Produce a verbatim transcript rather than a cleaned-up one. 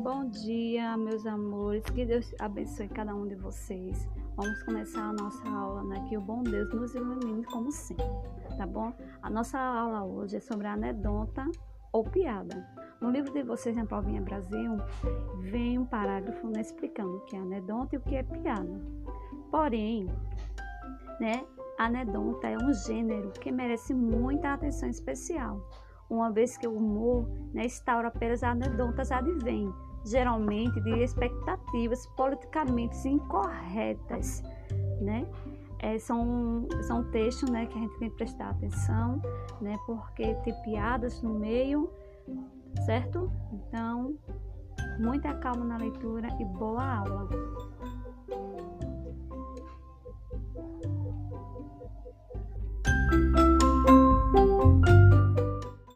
Bom dia, meus amores, que Deus abençoe cada um de vocês. Vamos começar a nossa aula, né? Que o bom Deus nos ilumine como sempre, tá bom? A nossa aula hoje é sobre a anedota ou piada. No livro de vocês, na Provinha Brasil, vem um parágrafo, né, explicando o que é anedota e o que é piada. Porém, né, a anedota é um gênero que merece muita atenção especial, uma vez que o humor, né, instaura apenas anedotas advém, geralmente de expectativas politicamente incorretas, né? É, são, são textos, né, que a gente tem que prestar atenção, né, porque tem piadas no meio, certo? Então, muita calma na leitura e boa aula.